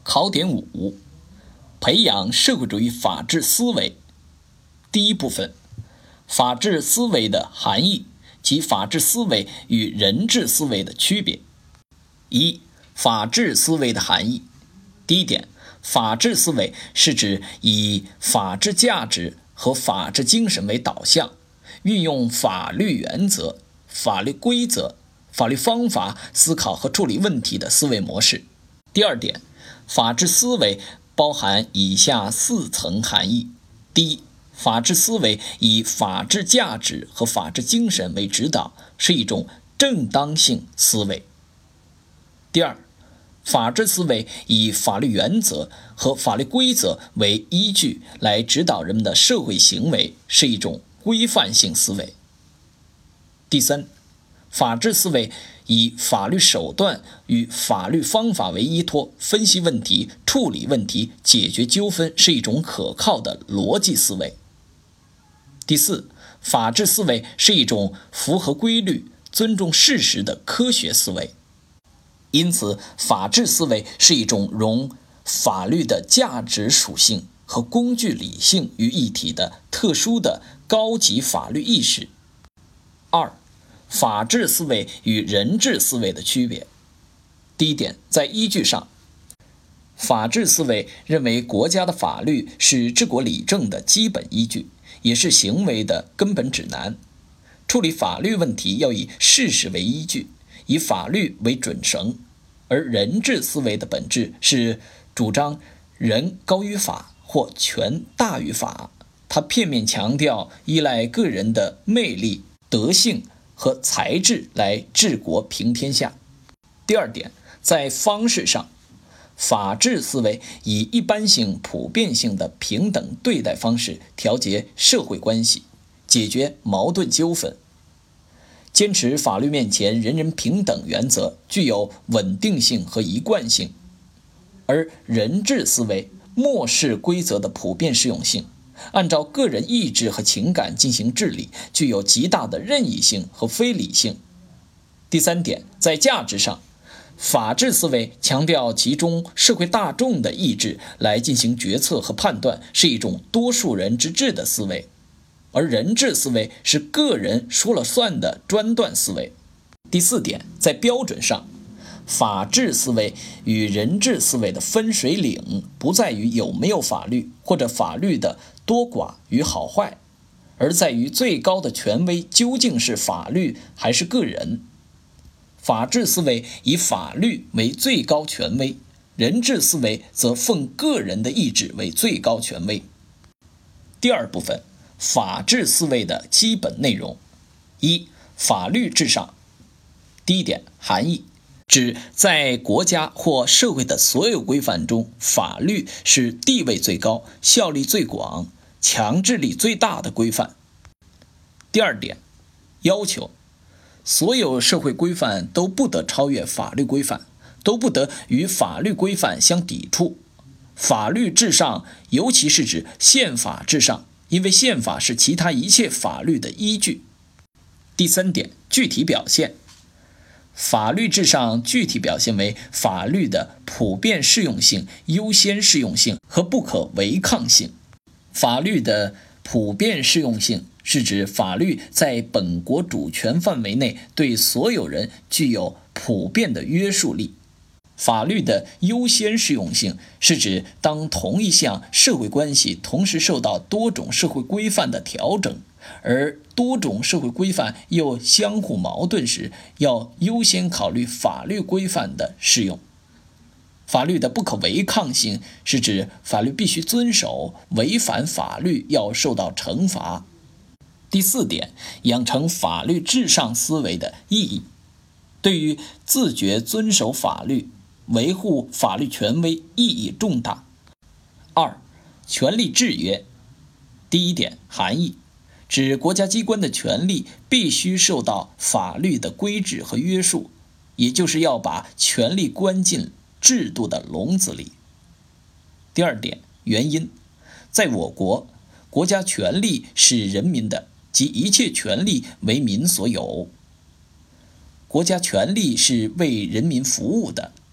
考点5，培养社会主义法治思维。第一部分，法治思维的含义及法治思维与人治思维的区别。一、法治思维的含义。第一点，法治思维是指以法治价值和法治精神为导向，运用法律原则、法律规则、法律方法思考和处理问题的思维模式。第二点，法治思维包含以下4层含义。第一，法治思维以法治价值和法治精神为指导，是一种正当性思维。第二，法治思维以法律原则和法律规则为依据来指导人们的社会行为，是一种规范性思维。第三，法治思维以法律手段与法律方法为依托，分析问题、处理问题、解决纠纷，是一种可靠的逻辑思维。第四，法治思维是一种符合规律、尊重事实的科学思维。因此，法治思维是一种融法律的价值属性和工具理性于一体的特殊的高级法律意识。二、法治思维与人治思维的区别。第一点，在依据上，法治思维认为国家的法律是治国理政的基本依据，也是行为的根本指南。处理法律问题要以事实为依据，以法律为准绳。而人治思维的本质是主张人高于法或权大于法，它片面强调依赖个人的魅力、德性和才智来治国平天下。第二点，在方式上，法治思维以一般性、普遍性的平等对待方式调节社会关系，解决矛盾纠纷，坚持法律面前人人平等原则，具有稳定性和一贯性。而人治思维漠视规则的普遍适用性，按照个人意志和情感进行治理，具有极大的任意性和非理性。第三点，在价值上，法治思维强调集中社会大众的意志来进行决策和判断，是一种多数人之治的思维。而人治思维是个人说了算的专断思维。第四点，在标准上，法治思维与人治思维的分水岭不在于有没有法律或者法律的多寡与好坏，而在于最高的权威究竟是法律还是个人。法治思维以法律为最高权威，人治思维则奉个人的意志为最高权威。第二部分，法治思维的基本内容。一、法律至上。第一点，含义，指在国家或社会的所有规范中，法律是地位最高、效力最广、强制力最大的规范。第二点，要求，所有社会规范都不得超越法律规范，都不得与法律规范相抵触。法律至上，尤其是指宪法至上，因为宪法是其他一切法律的依据。第三点，具体表现。法律至上具体表现为法律的普遍适用性、优先适用性和不可违抗性。法律的普遍适用性是指法律在本国主权范围内对所有人具有普遍的约束力。法律的优先适用性是指当同一项社会关系同时受到多种社会规范的调整，而多种社会规范又相互矛盾时，要优先考虑法律规范的适用。法律的不可违抗性是指法律必须遵守，违反法律要受到惩罚。第四点，养成法律至上思维的意义。对于自觉遵守法律、维护法律权威意义重大。二、权力制约。第一点，含义，指国家机关的权力必须受到法律的规制和约束，也就是要把权力关进制度的笼子里。第二点，原因，在我国，国家权力是人民的，即一切权力为民所有。国家权力是为人民服务的，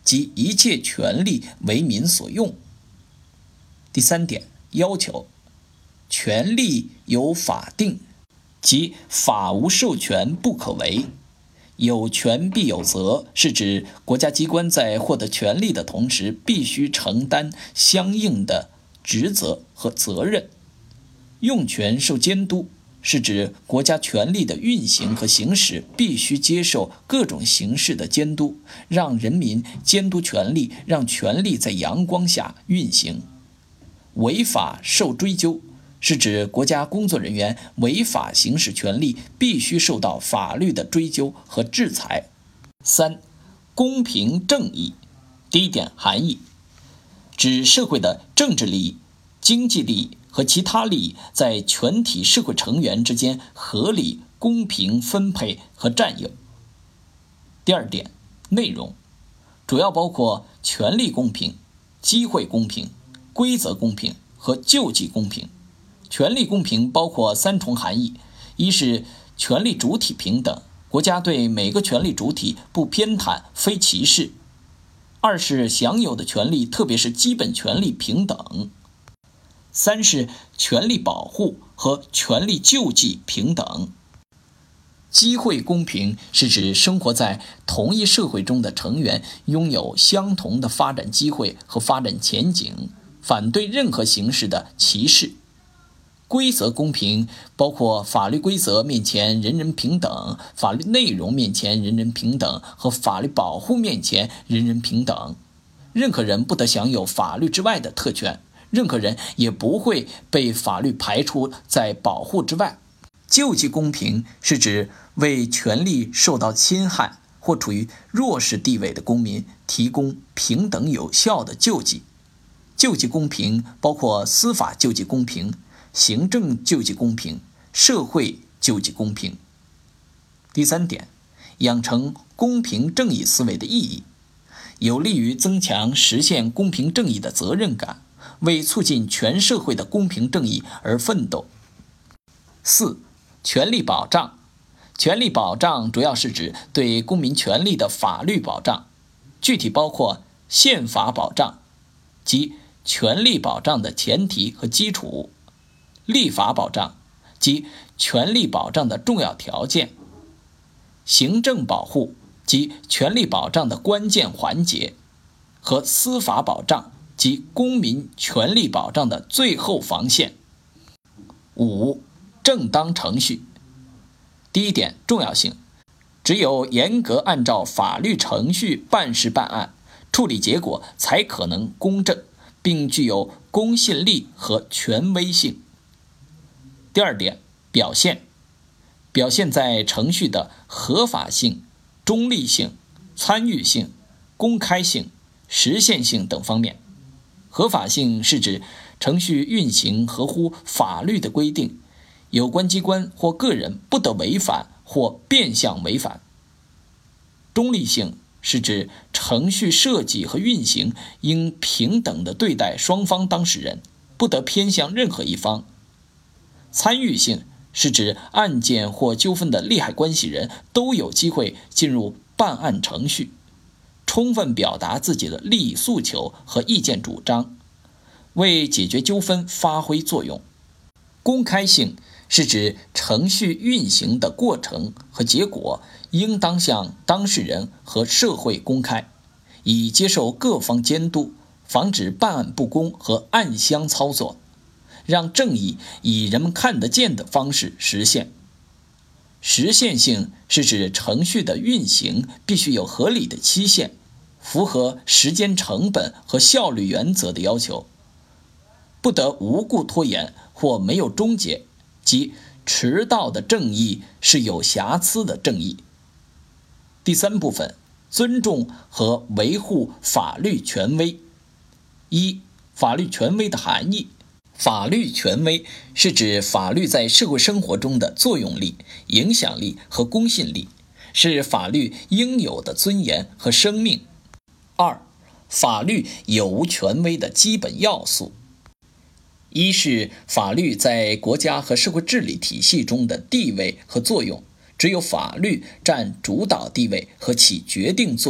即一切权利为民所用。第三点，要求权利有法定，即法无授权不可为。有权必有责，是指国家机关在获得权利的同时，必须承担相应的职责和责任。用权受监督，是指国家权力的运行和行使必须接受各种形式的监督，让人民监督权力，让权力在阳光下运行。违法受追究，是指国家工作人员违法行使权力，必须受到法律的追究和制裁。三、公平正义。第一点，含义：指社会的政治利益、经济利益和其他利益在全体社会成员之间合理公平分配和占有。第二点，内容主要包括权利公平、机会公平、规则公平和救济公平。权利公平包括三重含义：一是权利主体平等，国家对每个权利主体不偏袒、非歧视；二是享有的权利，特别是基本权利平等；三是权利保护和权利救济平等。机会公平是指生活在同一社会中的成员拥有相同的发展机会和发展前景，反对任何形式的歧视。规则公平包括法律规则面前人人平等，法律内容面前人人平等和法律保护面前人人平等。任何人不得享有法律之外的特权，任何人也不会被法律排除在保护之外。救济公平是指为权利受到侵害或处于弱势地位的公民提供平等有效的救济。救济公平包括司法救济公平、行政救济公平、社会救济公平。第三点，养成公平正义思维的意义，有利于增强实现公平正义的责任感，为促进全社会的公平正义而奋斗。四、权利保障。权利保障主要是指对公民权利的法律保障，具体包括宪法保障，即权利保障的前提和基础；立法保障，即权利保障的重要条件；行政保护，即权利保障的关键环节；和司法保障，即公民权利保障的最后防线。五、正当程序。第一点，重要性：只有严格按照法律程序办事办案，处理结果才可能公正，并具有公信力和权威性。第二点，表现在程序的合法性、中立性、参与性、公开性、实现性等方面。合法性是指程序运行合乎法律的规定，有关机关或个人不得违反或变相违反。中立性是指程序设计和运行应平等地对待双方当事人，不得偏向任何一方。参与性是指案件或纠纷的利害关系人都有机会进入办案程序，充分表达自己的利益诉求和意见主张，为解决纠纷发挥作用。公开性是指程序运行的过程和结果应当向当事人和社会公开，以接受各方监督，防止办案不公和暗箱操作，让正义以人们看得见的方式实现。实现性是指程序的运行必须有合理的期限，符合时间成本和效率原则的要求，不得无故拖延或没有终结，即迟到的正义是有瑕疵的正义。第三部分，尊重和维护法律权威。一、法律权威的含义。法律权威是指法律在社会生活中的作用力、影响力和公信力，是法律应有的尊严和生命。二、法律有无权威的基本要素。一是法律在国家和社会治理体系中的地位和作用，只有法律占主导地位和起决定作用，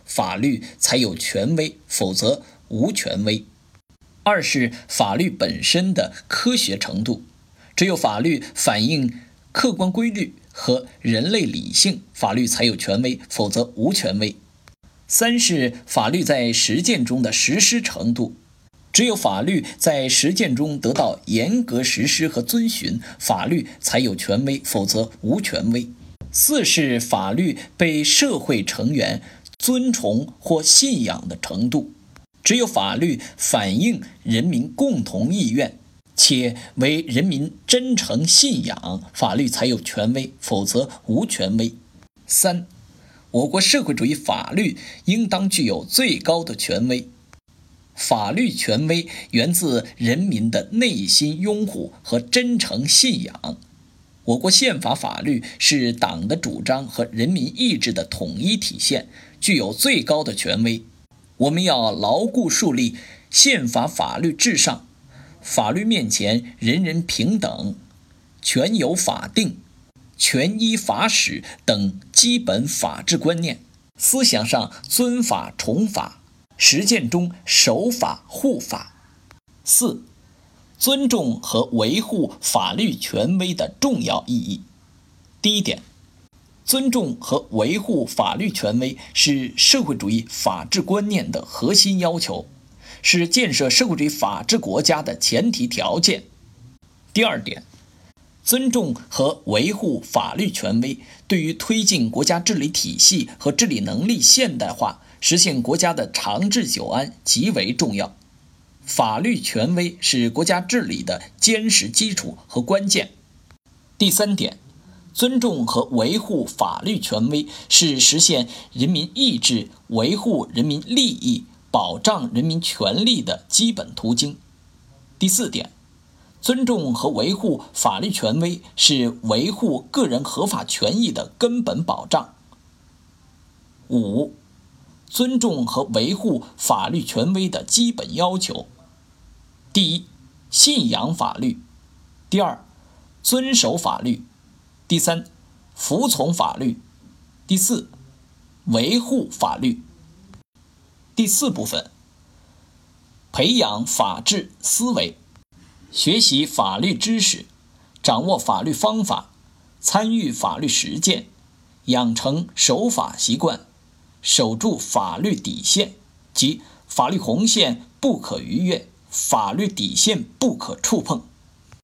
法律才有权威，否则无权威。二是法律本身的科学程度，只有法律反映客观规律和人类理性，法律才有权威，否则无权威。三是法律在实践中的实施程度，只有法律在实践中得到严格实施和遵循，法律才有权威，否则无权威。四是法律被社会成员尊崇或信仰的程度，只有法律反映人民共同意愿，且为人民真诚信仰，法律才有权威，否则无权威。三，我国社会主义法律应当具有最高的权威。法律权威源自人民的内心拥护和真诚信仰。我国宪法法律是党的主张和人民意志的统一体现，具有最高的权威。我们要牢固树立宪法法律至上，法律面前人人平等，权有法定，权依法始等基本法治观念，思想上尊法崇法，实践中守法护法。四，尊重和维护法律权威的重要意义。第一点，尊重和维护法律权威是社会主义法治观念的核心要求，是建设社会主义法治国家的前提条件。第二点，尊重和维护法律权威对于推进国家治理体系和治理能力现代化，实现国家的长治久安极为重要。法律权威是国家治理的坚实基础和关键。第三点，尊重和维护法律权威是实现人民意志、维护人民利益、保障人民权利的基本途径。第四点，尊重和维护法律权威是维护个人合法权益的根本保障。五，尊重和维护法律权威的基本要求。第一，信仰法律；第二，遵守法律；第三，服从法律；第四，维护法律。第四部分，培养法治思维，学习法律知识，掌握法律方法，参与法律实践，养成守法习惯，守住法律底线，即法律红线不可逾越，法律底线不可触碰。